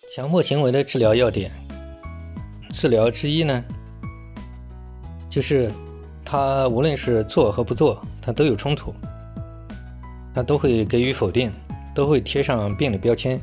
强迫行为的治疗要点，治疗之一呢，就是他无论是做和不做，他都有冲突，他都会给予否定，都会贴上病理标签。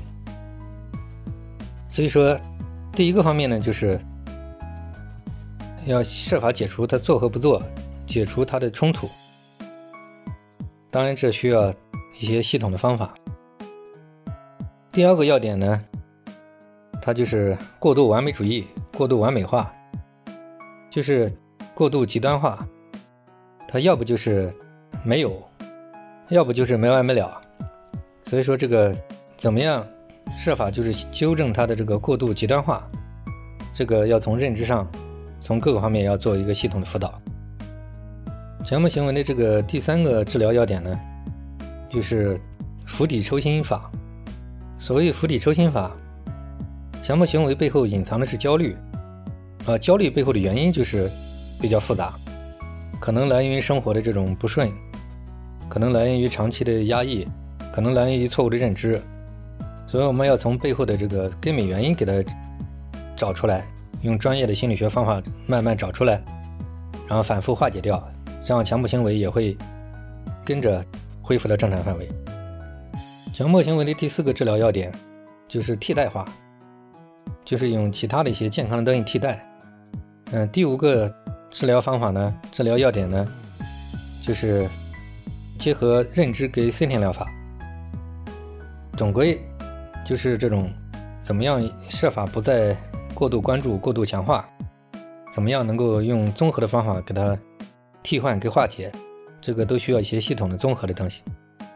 所以说第一个方面呢，就是要设法解除他做和不做，解除他的冲突。当然这需要一些系统的方法。第二个要点呢，它就是过度完美主义，过度完美化，就是过度极端化。它要不就是没有，要不就是没完没了。所以说这个怎么样设法就是纠正它的这个过度极端化，这个要从认知上，从各个方面要做一个系统的辅导。强迫行为的这个第三个治疗要点呢，就是釜底抽薪法。所谓釜底抽薪法，强迫行为背后隐藏的是焦虑，焦虑背后的原因就是比较复杂，可能来源于生活的这种不顺，可能来源于长期的压抑，可能来源于错误的认知，所以我们要从背后的这个根本原因给它找出来，用专业的心理学方法慢慢找出来，然后反复化解掉，这样强迫行为也会跟着恢复到正常范围。强迫行为的第四个治疗要点就是替代化，就是用其他的一些健康的东西替代。第五个治疗方法呢，治疗要点呢，就是结合认知跟森田疗法。总归就是这种怎么样设法不再过度关注、过度强化，怎么样能够用综合的方法给它替换跟化解，这个都需要一些系统的综合的东西。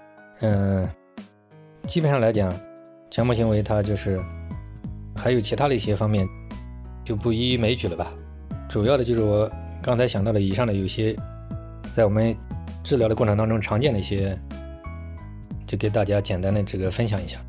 基本上来讲，强迫行为它就是还有其他的一些方面，就不一一枚举了吧。主要的就是我刚才想到的以上的有些在我们治疗的过程当中常见的一些，就给大家简单的这个分享一下。